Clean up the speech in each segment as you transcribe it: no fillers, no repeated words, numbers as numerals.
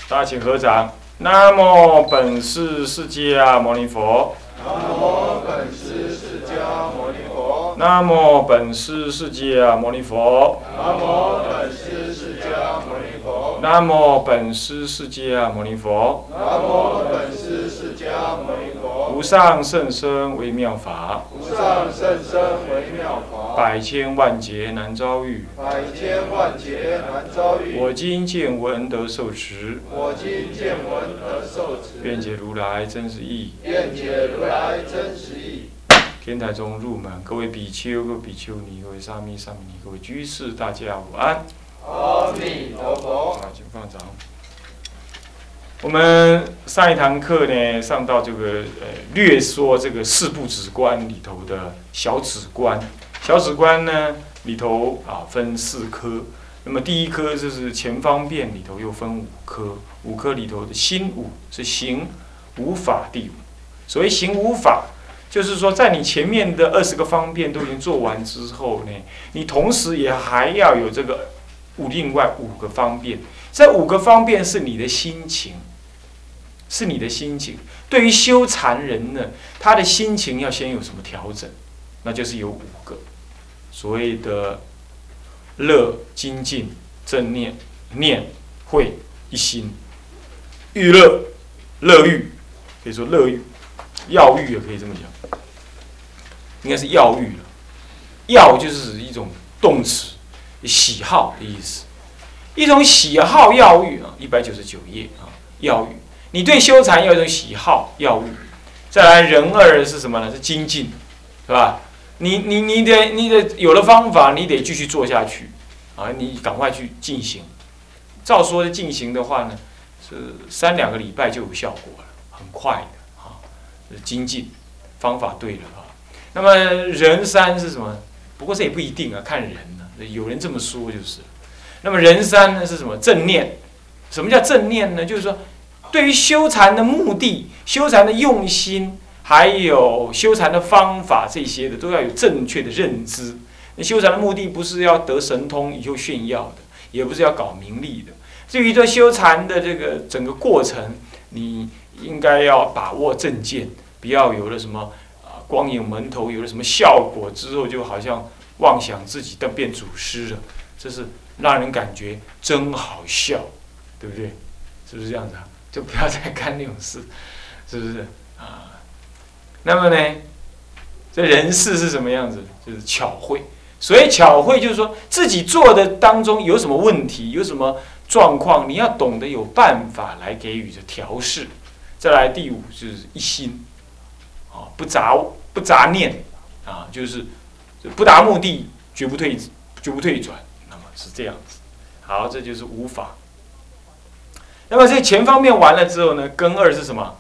大家请合掌。南无本师释迦牟尼佛。 南无本师释迦牟尼佛。 南无本师释迦牟尼佛。 南无本师释迦牟尼佛。 南无本师释迦牟尼佛。 南无本师释迦牟尼佛。 无上甚深微妙法。 无上甚深微妙法。 百千万劫难遭遇。 百千万劫难遭遇。 我今见闻得受持。 我今见闻得受持。 辩解如来真实义。 辩解如来真实义。 天台中入门，各位比丘、各位比丘尼、各位沙弥、沙弥尼、各位居士，大家午安。 阿弥陀佛。 好，请放掌。我们上一堂课呢，上到这个略说这个四部止观里头的小止观。小止观呢里头分四科。那么第一科就是前方便里头又分五科，五科里头的心五是行五法第五。所谓行五法，就是说在你前面的20个方便都已经做完之后呢，你同时也还要有这个另外5个方便。这5个方便是你的心情，是你的心情。对于修禅人呢，他的心情要先有什么调整？那就是有5个，所谓的乐、精进、正念、念、慧、一心。欲乐，乐欲，可以说乐欲，药欲也可以这么讲，应该是药欲了。药就是一种动词，喜好的意思。一种喜好药欲199页药欲。你对修禅有一种喜好药欲。再来人二是什么呢？是精进，是吧？你得有了方法，你得继续做下去你赶快去进行。照说的进行的话呢，是3-2个礼拜就有效果了，很快的精进方法对了那么人三是什么？不过这也不一定看人有人这么说就是。那么人三呢是什么？正念。什么叫正念呢？就是说，对于修禅的目的、修禅的用心，还有修禅的方法这些的，都要有正确的认知。那修禅的目的不是要得神通以后炫耀的，也不是要搞名利的。至于这修禅的这个整个过程，你应该要把握正见，不要有了什么光影门头，有了什么效果之后，就好像妄想自己变祖师了，这是让人感觉真好笑，对不对？是不是这样子就不要再干那种事，是不是那么呢，这人事是什么样子？就是巧慧。所以巧慧就是说，自己做的当中有什么问题，有什么状况，你要懂得有办法来给予着调试。再来第5就是一心不杂念就是不达目的绝不退转，那么是这样子。好，这就是5法。那么这前方面完了之后呢，根2是什么？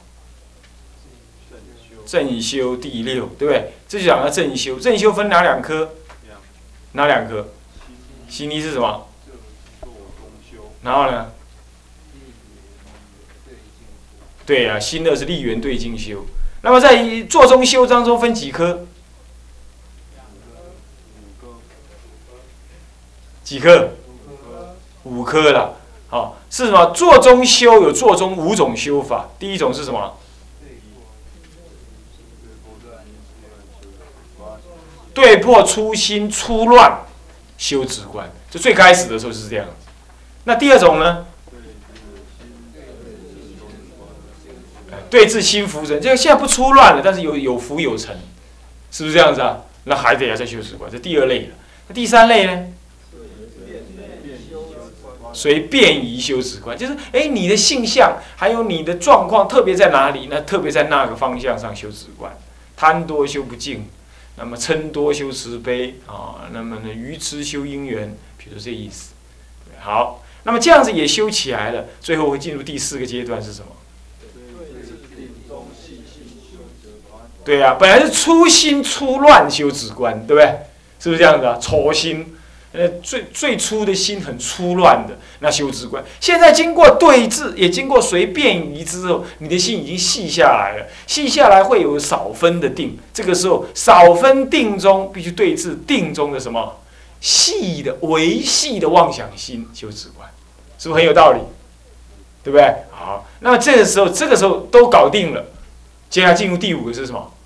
正修第6，对不对？这就讲到正修。正修分哪2科？哪2科？心一是什么？然后呢？对呀，心2是立缘对境修。那么在做中修当中分几科？几科？5科了。是什么？做中修有做中5种修法。第一种是什么？对破初心初乱修止观，就最开始的时候是这样子。那第2种呢？对治心浮沉，这个现在不出乱了，但是有浮有沉，是不是这样子那还得要再修止观，这第2类了。那第3类呢？随便宜修止观，就是你的性相还有你的状况特别在哪里？那特别在那个方向上修止观。贪多修不净，那么嗔多修慈悲那么呢愚痴修因缘，比如这意思。好，那么这样子也修起来了，最后会进入第4个阶段是什么？对本来是初心初乱修止观，对不对？是不是这样子初心。最初的心很粗乱的，那修止观。现在经过对治，也经过随便移之后，你的心已经细下来了。细下来会有少分的定，这个时候少分定中必须对治定中的什么细的微细的妄想心修止观，是不是很有道理？对对不对？好，那么这个时候都搞定了，接下来进入第5个是什么？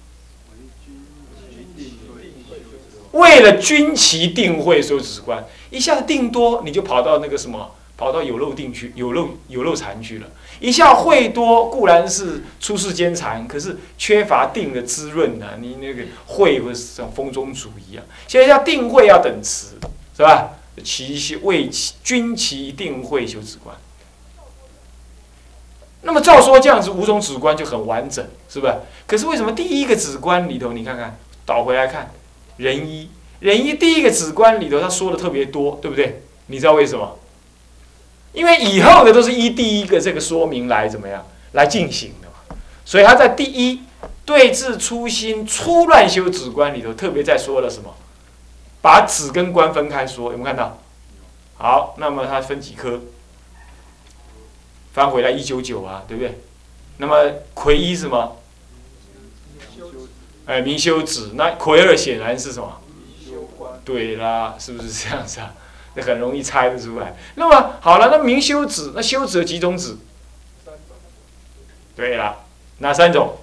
为了军旗定会修止观，一下子定多，你就跑到那个什么，跑到有漏定去，有漏禅去了。一下会多，固然是出世间禅，可是缺乏定的滋润啊，你那个会会像风中烛一样。现在要定会要等持，是吧？为军旗定会修止观。那么照说这样子5种止观就很完整，是吧？可是为什么第1个止观里头，你看看倒回来看，仁一第1个止观里头他说的特别多，对不对？你知道为什么？因为以后的都是依第1个这个说明来怎么样来进行的嘛，所以他在第1对治初心初乱修止观里头特别在说了什么？把止跟观分开说，有没有看到？好，那么它分几科？翻回来199啊，对不对？那么魁一是什么？明修止。那魁二显然是什么？对啦，是不是这样子啊？那很容易猜得出来。那么好了，那明修止，那修止有几种止？对了，哪3种？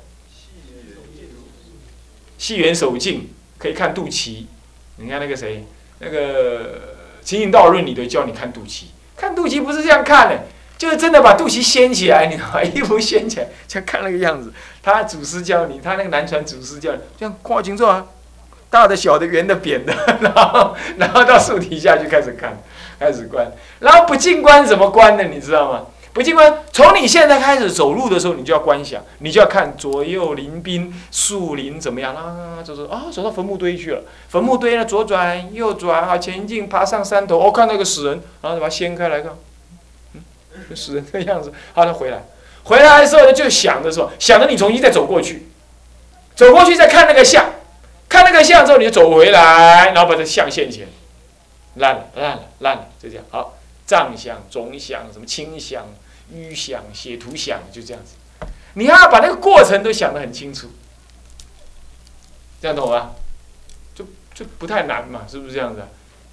细缘守静，可以看肚脐。你看那个谁，那个《清净道论》里头教你看肚脐，看肚脐不是这样看的，就是真的把肚脐掀起来，你知道吗？衣服掀起来，像看那个样子。他祖师教你，他那个南传祖师教你，这样看清楚啊。大的、小的、圆的、扁的，然后到树底下去开始看，开始观，然后不净观怎么观呢？你知道吗？不净观，从你现在开始走路的时候，你就要观想，你就要看左右邻兵、树林怎么样啊？走到坟墓堆去了，坟墓堆呢，左转右转啊，前进，爬上山头，看到个死人，然后把它掀开来看，死人的样子，好，他回来的时候呢，就想的时候，想着你重新再走过去再看那个像。看那个像之后，你就走回来，然后把这像现前，烂了，就这样。好，藏像、种像、什么清像、淤像、写图像，就这样子。你要把那个过程都想得很清楚，这样懂吗？就不太难嘛，是不是这样子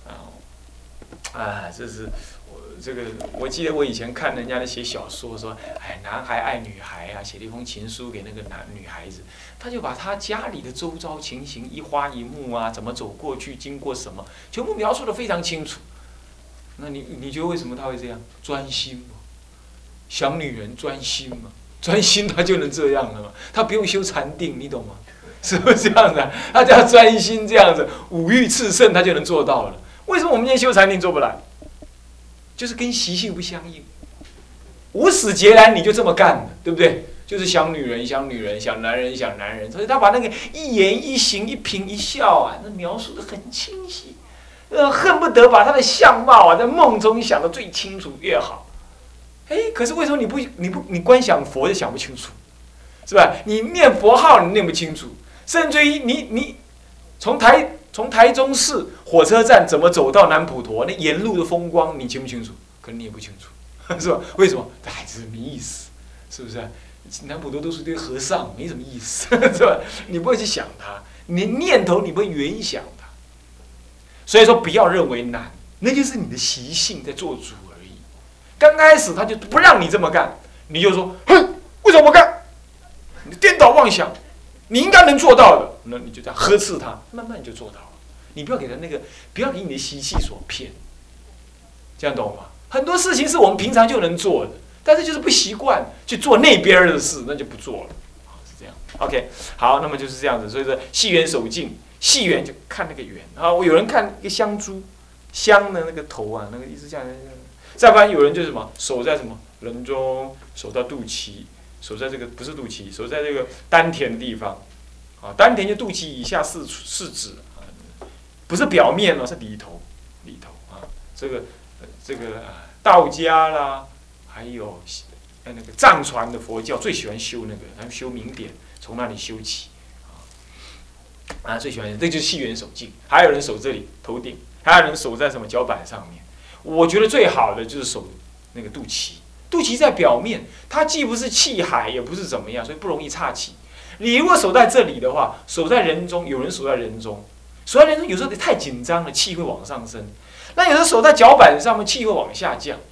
啊？这是我记得我以前看人家写小说说，男孩爱女孩啊，写了一封情书给那个女孩子，他就把他家里的周遭情形一花一木啊，怎么走过去，经过什么，全部描述得非常清楚。那你觉得为什么他会这样？专心嘛，想女人专心嘛，专心他就能这样了嘛，他不用修禅定，你懂吗？是不是这样的？他只要专心这样子，五欲炽盛，他就能做到了。为什么我们今天修禅定做不来？就是跟习性不相应，无始劫来你就这么干的，对不对？就是想女人想女人，想男人想男人，所以他把那个一言一行一颦一笑啊，那描述得很清晰，恨不得把他的相貌啊在梦中想得最清楚越好。可是为什么你观想佛就想不清楚，是吧？你念佛号你念不清楚，甚至于你从台中市火车站怎么走到南普陀，那沿路的风光你清不清楚？可能你也不清楚，是吧？为什么？这是没意思，是不是？南普陀都是堆和尚，没什么意思，是吧？你不会去想它，你念头你不会原想它，所以说不要认为难，那就是你的习性在做主而已。刚开始他就不让你这么干，你就说，哼，为什么不干？你颠倒妄想，你应该能做到的，那你就这样呵斥他，慢慢就做到了。你不要给他不要给你的习气所骗，这样懂吗？很多事情是我们平常就能做的，但是就是不习惯去做那边的事，那就不做了，是这样。OK， 好，那么就是这样子。所以说，细缘守静，细缘就看那个缘啊。有人看一个香珠，香的那个头啊，那个一直这样。再不然有人就是什么，手在什么人中，手到肚脐，手在这个不是肚脐，手在这个丹田的地方，丹田就肚脐以下是指。不是表面了，是里头啊。这个道家啦，还有那个藏传的佛教最喜欢修那个，他们修明点，从那里修起最喜欢这就是细缘守静。还有人守这里头顶，还有人守在什么脚板上面。我觉得最好的就是守那个肚脐，肚脐在表面，它既不是气海，也不是怎么样，所以不容易岔气。你如果守在这里的话，守在人中，有人守在人中。守在人中有时候太紧张了，气会往上升；那有时候守在脚板上面，气会往下降。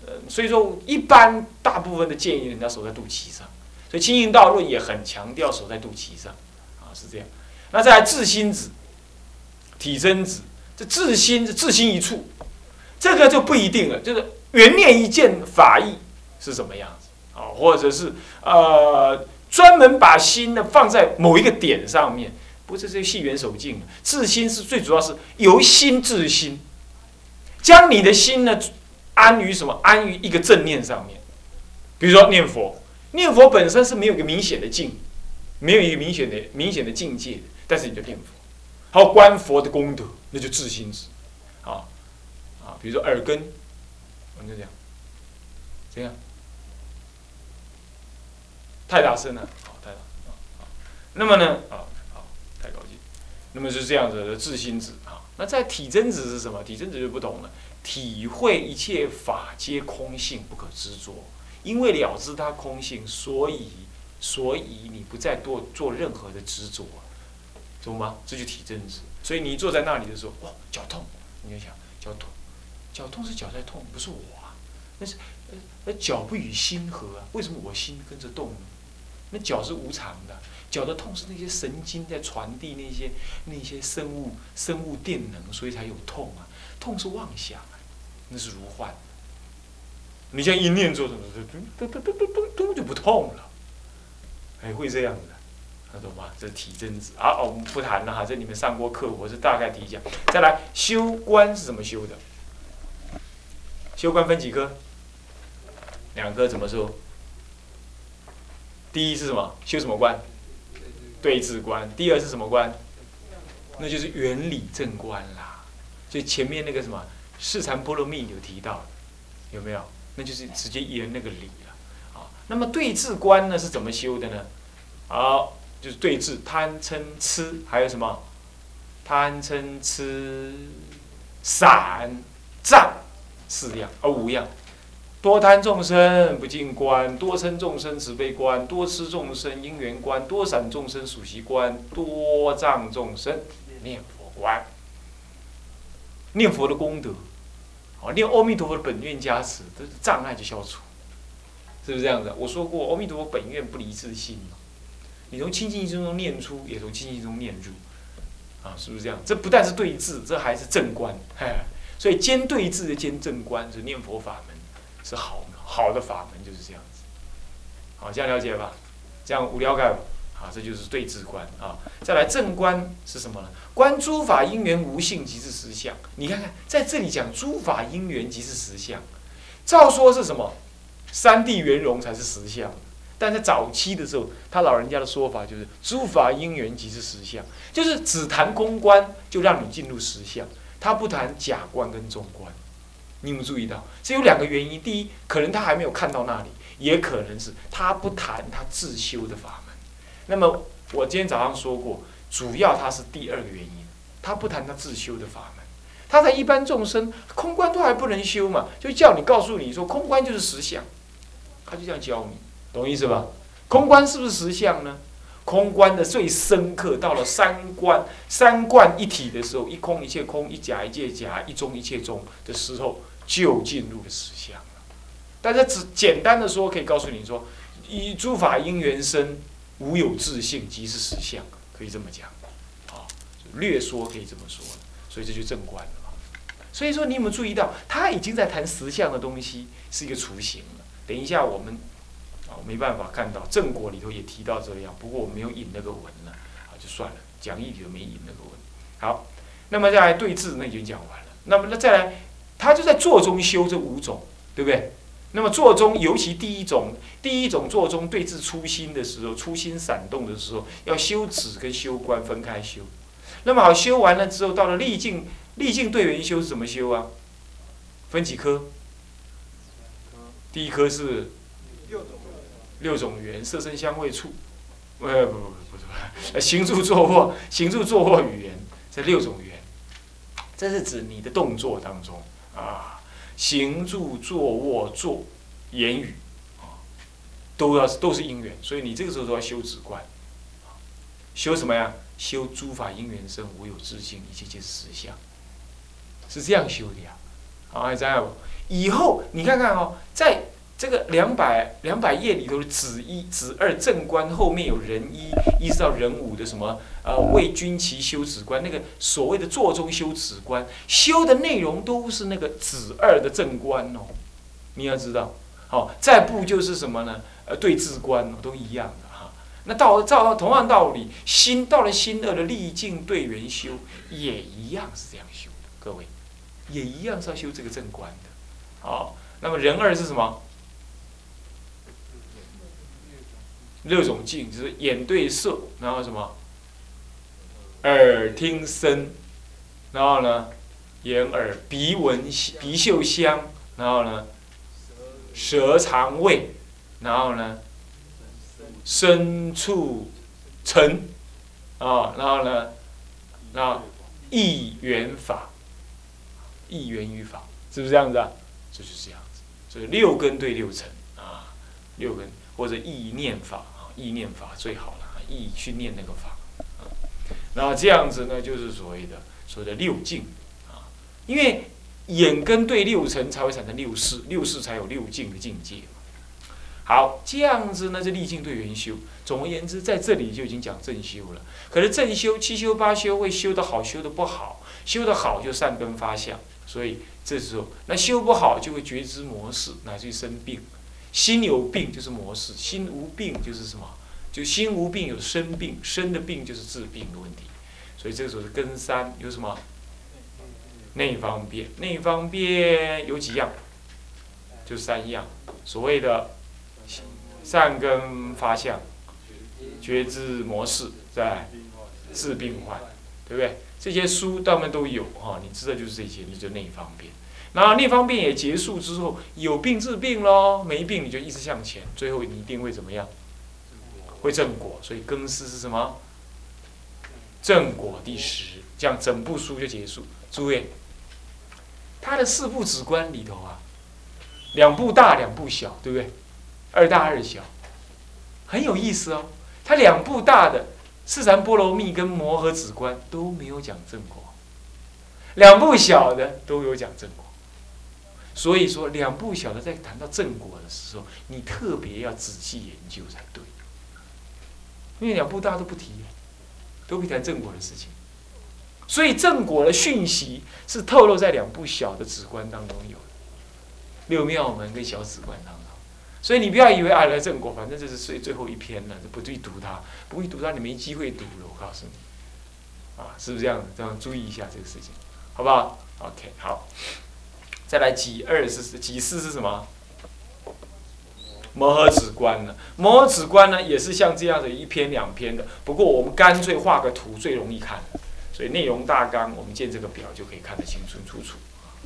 所以说一般大部分的建议人家守在肚脐上，所以清净道论也很强调守在肚脐上，是这样。那再来自心子、体真子，这自心一处，这个就不一定了，就是缘念一见法义是什么样子或者是专门把心呢放在某一个点上面，不是这细缘守静。自心是最主要是由心至心，将你的心呢安于什么？安于一个正念上面。比如说念佛，念佛本身是没有一个明显的境，没有一个明显的境界的，但是你就念佛，还有观佛的功德，那就自心子，比如说耳根，我们就这样，这样，太大声了，太大，那么呢，太高兴，那么是这样子的自心子那在体真子是什么？体真子就不同了，体会一切法皆空性，不可执着。因为了知它空性，所以你不再做任何的执着，懂吗？这就体真子。所以你坐在那里的时候，哇，脚痛，你就想脚痛是脚在痛，不是我那脚不与心合为什么我心跟着动呢？那脚是无常的，脚的痛是那些神经在传递那些生物电能，所以才有痛痛是妄想那是如幻。你像一念做什么，咚就不痛了，会这样的，懂吗？这是体真子我们不谈了这你们上过课，我是大概提讲。再来，修观是怎么修的？修观分几科？2科怎么修？第一是什么？修什么观？对治观。第二是什么观？那就是原理正观啦。所以前面那个什么四禅波罗蜜有提到，有没有？那就是直接沿那个理了那么对治观呢是怎么修的呢？就是对治贪嗔痴，还有什么贪嗔痴散障4样5样。多贪众生不净观，多嗔众生慈悲观，多痴众生因缘观，多散众生属习观，多障众生念佛观。念佛的功德念阿弥陀佛的本愿加持，这障碍就消除，是不是这样子？我说过，阿弥陀佛本愿不离自性你从清净心中念出，也从清净心中念入，是不是这样？这不但是对治，这还是正观。所以兼对治的兼正观，是念佛法门，是好的法门，就是这样子。这样了解吧？这样无了解吧？这就是对治观再来正观是什么呢？观诸法因缘无性即是实相。你看看，在这里讲诸法因缘即是实相，照说是什么？三谛圆融才是实相。但在早期的时候，他老人家的说法就是诸法因缘即是实相，就是只谈空观就让你进入实相，他不谈假观跟中观。你有没有注意到？这有2个原因：第一，可能他还没有看到那里；也可能是他不谈他自修的法门。那么我今天早上说过，主要它是第2个原因，他不谈他自修的法门。他在一般众生空观都还不能修嘛，就叫你告诉你说空观就是实相，他就这样教你，懂意思吧？空观是不是实相呢？空观的最深刻，到了三观一体的时候，一空一切空，一假一切假，一中一切中的时候，就进入了实相了。但是只简单的说，可以告诉你说，以诸法因缘生，无有自性，即是实相，可以这么讲，略说可以这么说，所以这就正观了嘛。所以说，你有没有注意到，他已经在谈实相的东西，是一个雏形了。等一下我们没办法看到正果里头也提到这样，不过我没有引那个文了，就算了，讲义里头没引那个文。好，那么再来对治，那已经讲完了。那么再来，他就在坐中修这5种，对不对？那么坐中，尤其第一种坐中对治初心的时候，初心闪动的时候，要修止跟修观分开修。那么好，修完了之后，到了历尽对缘修是怎么修啊？分几科？第一科是6种缘，色声香味触，不是，行住坐卧语言，这6种缘，这是指你的动作当中行住坐卧坐言语都是因缘，所以你这个时候都要修止观，修什么呀？修诸法因缘生，无有自性，一切皆是实相，是这样修的呀。还知道不？ 以后你看看哦，在这个200页里头的子一、子二正观后面有人一，一直到人五的什么为君其修止观，那个所谓的座中修止观，修的内容都是那个子二的正观哦，你要知道。好，再不就是什么呢？对治观哦，都一样的哈。那照同样道理，到了心二的历尽对缘修，也一样是这样修的，各位，也一样是要修这个正观的。好，那么人二是什么？6种境，就是眼对色，然后什么？耳听声，然后呢，眼耳鼻闻鼻嗅香，然后呢，舌尝味，然后呢，身触尘，啊，然后呢，意缘法，意缘于法，是不是这样子啊？这就是这样子，所以6根对6尘啊，6根或者意念法啊，意念法最好了，意去念那个法，啊，然后这样子呢，就是所谓的6境啊，因为眼根对6尘才会产生6识，6识才有6境的境界。好，这样子呢，这历境对缘修。总而言之，在这里就已经讲正修了。可是正修7修8修会修得好，修得不好。修得好就善根发相，所以这时候那修不好就会觉知模式，乃至于生病。心有病就是模式，心无病就是什么？就心无病有生病，生的病就是治病的问题。所以这个时候是根3有什么？内方便，内方便有几样？就3样，所谓的善根发相、觉知模式，再来治病患，对不对？这些书他们都有哈，你知道就是这些，你就内方便。然后内方便也结束之后，有病治病咯，没病你就一直向前，最后你一定会怎么样？会正果。所以庚4是什么？正果第10，这样整部书就结束。诸位，他的4部止观里头啊，2部大2部小，对不对？2大2小，很有意思哦。他2部大的四禅波罗蜜跟摩诃止观都没有讲正果，2部小的都有讲正果。所以说2部小的在谈到正果的时候，你特别要仔细研究才对，因为2部大都不提，都不谈正果的事情。所以正果的讯息是透露在2部小的止观当中有的，六妙门跟小止观当中。所以你不要以为来正果，反正这是最后一篇了，不去读它，不去读它，你没机会读了。我告诉你，啊，是不是这样子？这样注意一下这个事情，好不好 ？OK， 好。再来己4是什么？摩诃止观呢？摩诃止观呢，也是像这样的1篇2篇的，不过我们干脆画个图，最容易看。所以内容大纲，我们见这个表就可以看得清清楚楚。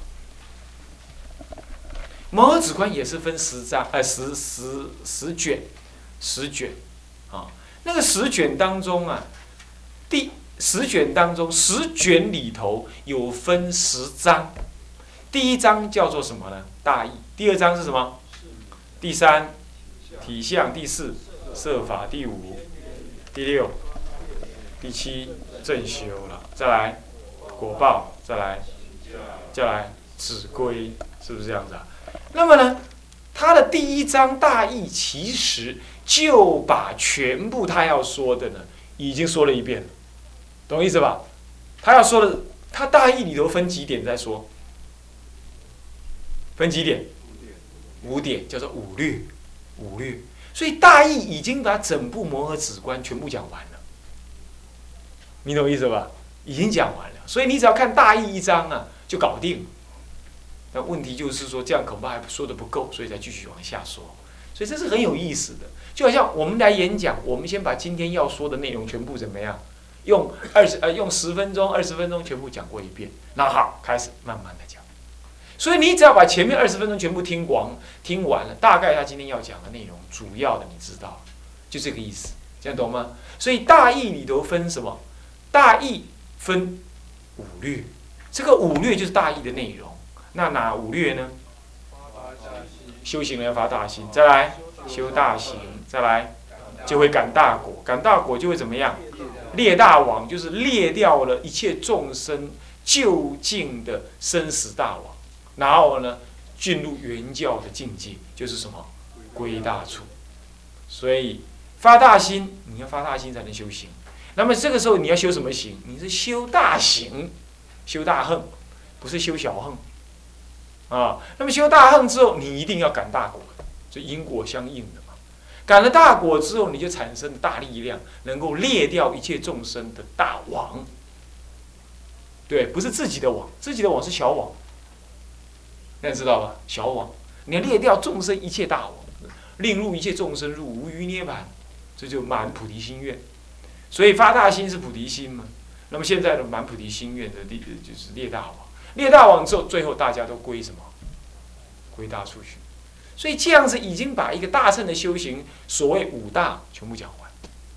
摩诃止观也是分10章，10卷，啊，那个10卷当中啊，10卷里头有分10章，第1章叫做什么呢？大义。第2章是什么？第3体相，第4摄法，第5、第6、第7正修了，再来果报，再来止归，是不是这样子啊？那么呢，他的第1章大义其实就把全部他要说的呢，已经说了一遍了，懂意思吧？他要说的，他大义里头分几点再说？分几点？5点，叫做五略。所以大义已经把整部摩诃止观全部讲完了，你懂意思吧？已经讲完了，所以你只要看大义1章啊，就搞定了。那问题就是说，这样恐怕还说的不够，所以才继续往下说。所以这是很有意思的，就好像我们来演讲，我们先把今天要说的内容全部怎么样，用10分钟、20分钟全部讲过一遍，那好，开始慢慢的讲。所以你只要把前面20分钟全部听完了，大概他今天要讲的内容，主要的你知道，就这个意思，这样懂吗？所以大义里头分什么？大义分5略，这个5略就是大义的内容。那哪5略呢？修行人发大心，再来修大行，再来就会感大果，感大果就会怎么样？列大网，就是列掉了一切众生究竟的生死大网，然后呢， 进入圆教的境界，就是什么？归大处。所以发大心，你要发大心才能修行。那么这个时候你要修什么行？你是修大行，修大恨，不是修小恨。啊，那么修大恨之后，你一定要感大果，这因果相应的嘛。感了大果之后，你就产生大力量，能够裂掉一切众生的大网。对，不是自己的网，自己的网是小网，大家知道吧？小网，你要裂掉众生一切大网，令入一切众生入无余涅槃，这就满菩提心愿。所以发大心是菩提心嘛。那么现在的满菩提心愿的就是裂大网，裂大网之后，最后大家都归什么？归大处去。所以这样子已经把一个大乘的修行，所谓五大全部讲完，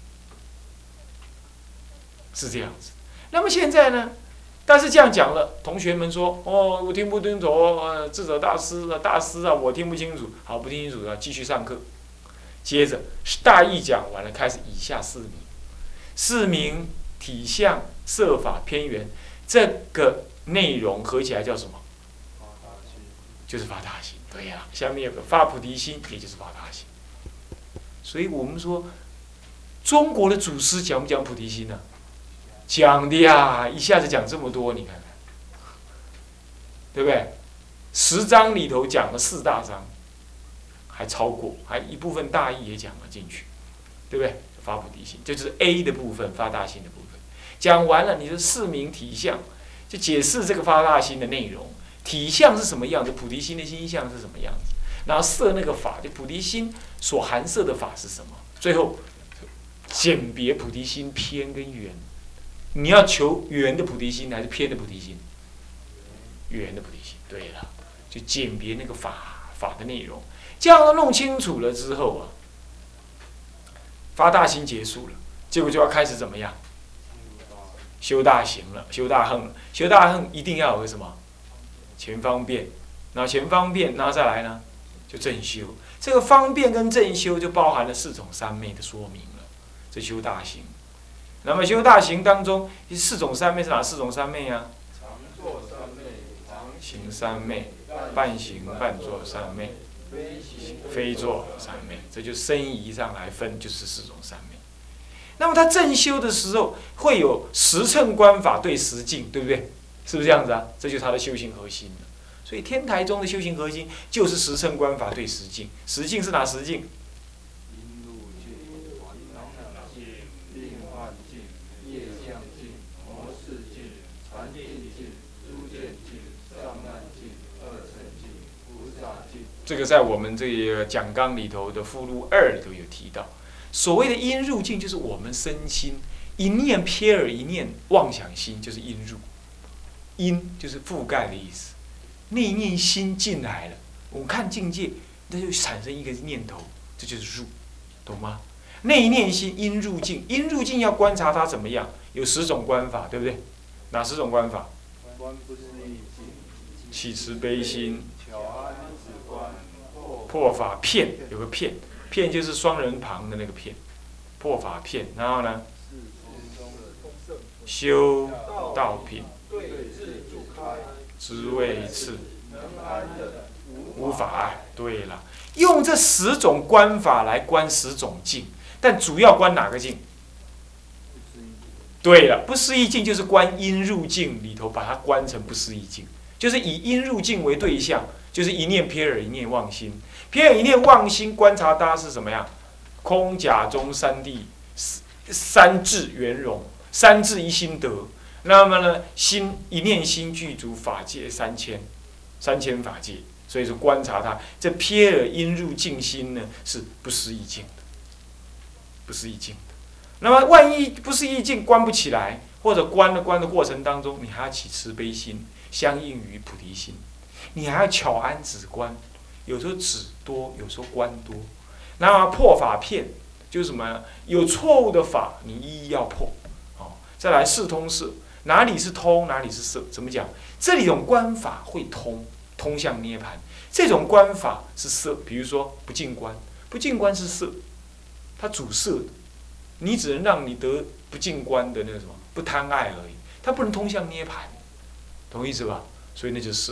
是这样子。那么现在呢？但是这样讲了，同学们说：“哦，我听不清楚，智者大师啊，我听不清楚。”好，不听清楚了，继续上课。接着大义讲完了，开始以下四名：四名体相色法偏圆，这个内容合起来叫什么？就是发大心。对呀，下面有个发菩提心，也就是发大心。所以我们说，中国的祖师讲不讲菩提心呢？讲的呀，一下子讲这么多，你看看，对不对？10章里头讲了4大章，还超过，还一部分大义也讲了进去，对不对？发菩提心，这就是 A 的部分，发大心的部分。讲完了，你的四名体相，就解释这个发大心的内容。体相是什么样子？菩提心的心相是什么样子？然后摄那个法，就菩提心所含摄的法是什么？最后鉴别菩提心偏跟圆。你要求圆的菩提心还是偏的菩提心？圆的菩提心。对了，就鉴别那个法的内容，这样都弄清楚了之后啊，发大心结束了，结果就要开始怎么样？修大行了，修大恨了。修大恨一定要有个什么？前方便。然后前方便，然后再来呢，就正修。这个方便跟正修就包含了4种三昧的说明了。这修大行。那么修大行当中，4种三昧是哪4种三昧啊？ 常坐三昧、 常行三昧、半行半坐三昧、非坐三昧，这就深仪上来分，就是4种三昧。那么他正修的时候，会有10乘观法对10境，对不对？是不是这样子啊？这就是他的修行核心了。所以天台宗的修行核心就是10乘观法对10境。10境是哪10境？这个在我们这个讲纲里头的附录2里头有提到。所谓的因入境，就是我们身心一念瞥耳一念妄想心，就是因入。因就是覆盖的意思。那一念心进来了，我们看境界，那就产生一个念头，这就是入，懂吗？那一念心因入境，因入境要观察它怎么样？有10种观法，对不对？哪10种观法？起慈悲心。破法片，有个片，片就是双人旁的那个片，破法片。然后呢，修道品，知位次，无法碍。对了，用这10种观法来观10种境，但主要观哪个境？对了，不思议境就是观因入境里头，把它观成不思议境，就是以因入境为对象，就是一念瞥耳，一念妄心。瞥耳一念妄心，观察它是什么样？空假中三谛，三智圆融，三智一心得。那么呢，心一念心具足法界3000法界，所以说观察它，这瞥耳因入境心呢是不思议境的，不思议境的。那么万一不思议境观不起来，或者观的过程当中，你还要起慈悲心，相应于菩提心，你还要巧安止观。有时候止多，有时候观多。那么破法片就是什么呢？有错误的法，你一一要破。哦，再来四通摄，哪里是通，哪里是摄？怎么讲？这种观法会通向涅槃。这种观法是摄，比如说不净观，不净观是摄，它主摄的。你只能让你得不净观的那个什么不贪爱而已，它不能通向涅槃，懂意思吧？所以那就是摄。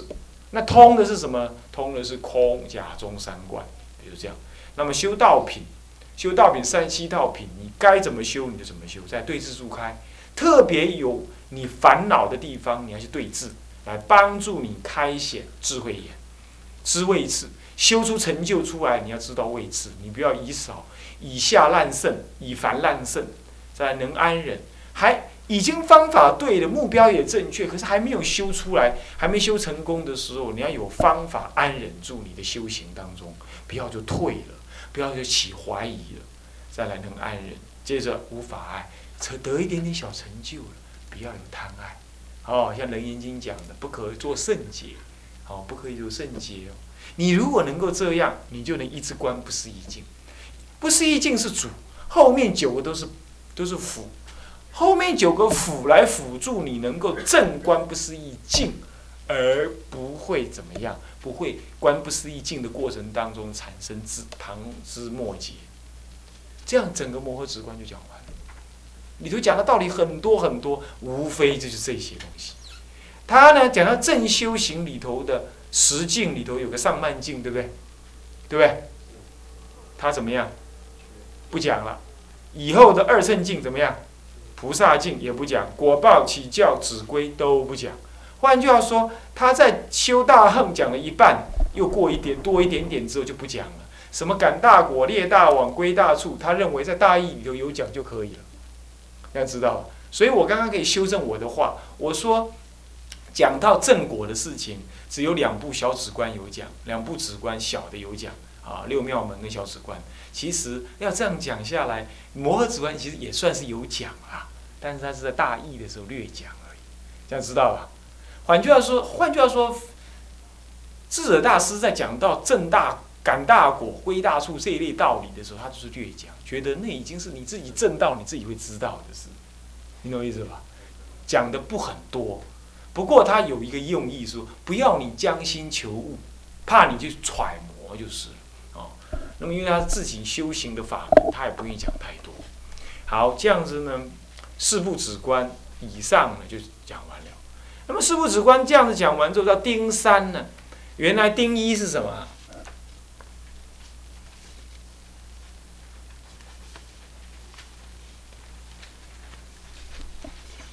那通的是什么？通的是空、假、中三观，比如这样。那么修道品，修道品37道品，你该怎么修你就怎么修，在对治助开，特别有你烦恼的地方，你要去对治，来帮助你开显智慧眼，知位次，修出成就出来。你要知道位次，你不要以下滥胜，以凡滥胜，再来能安忍，还已经方法对了，目标也正确，可是还没有修出来，还没修成功的时候，你要有方法安忍住你的修行当中，不要就退了，不要就起怀疑了，再来能安忍，接着无法爱，得一点点小成就了，不要有贪爱。哦，像《楞严经》讲的，不可做圣洁，哦，不可以做圣洁哦。你如果能够这样，你就能一直观不思议境。不思议境是主，后面9个都是辅。后面9个辅来辅助你能够正观不思议境，而不会怎么样，不会观不思议境的过程当中产生旁枝末节，这样整个摩诃止观就讲完了。里头讲的道理很多很多，无非就是这些东西。他呢讲到正修行里头的10境里头有个上慢境，对不对？对不对？他怎么样？不讲了。以后的2乘境怎么样？菩萨境也不讲，果报、起教、止归都不讲。换句话说，他在修大横讲了一半，又多一点点之后就不讲了。什么感大果、列大往、归大处，他认为在大义里头有讲就可以了。要知道，所以我刚刚可以修正我的话，我说讲到正果的事情，只有2部小止观有讲，2部止观小的有讲啊，六妙门跟小止观。其实要这样讲下来，摩诃止观其实也算是有讲啦，但是他是在大义的时候略讲而已，这样知道吧？换句话说，智者大师在讲到正大、感大果、归大处这一类道理的时候，他就是略讲，觉得那已经是你自己正道，你自己会知道的事，你懂我意思吧？讲的不很多，不过他有一个用意说，不要你将心求悟，怕你去揣摩就是了。那么因为他自己修行的法门，他也不愿意讲太多。好，这样子呢，4部止观以上呢就讲完了。那么4部止观这样子讲完之后，到丁3呢，原来丁1是什么？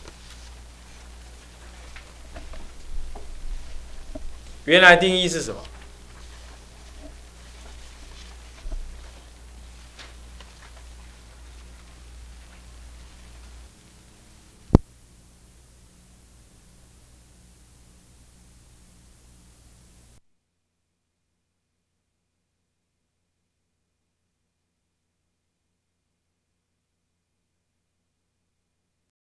原来丁1是什么？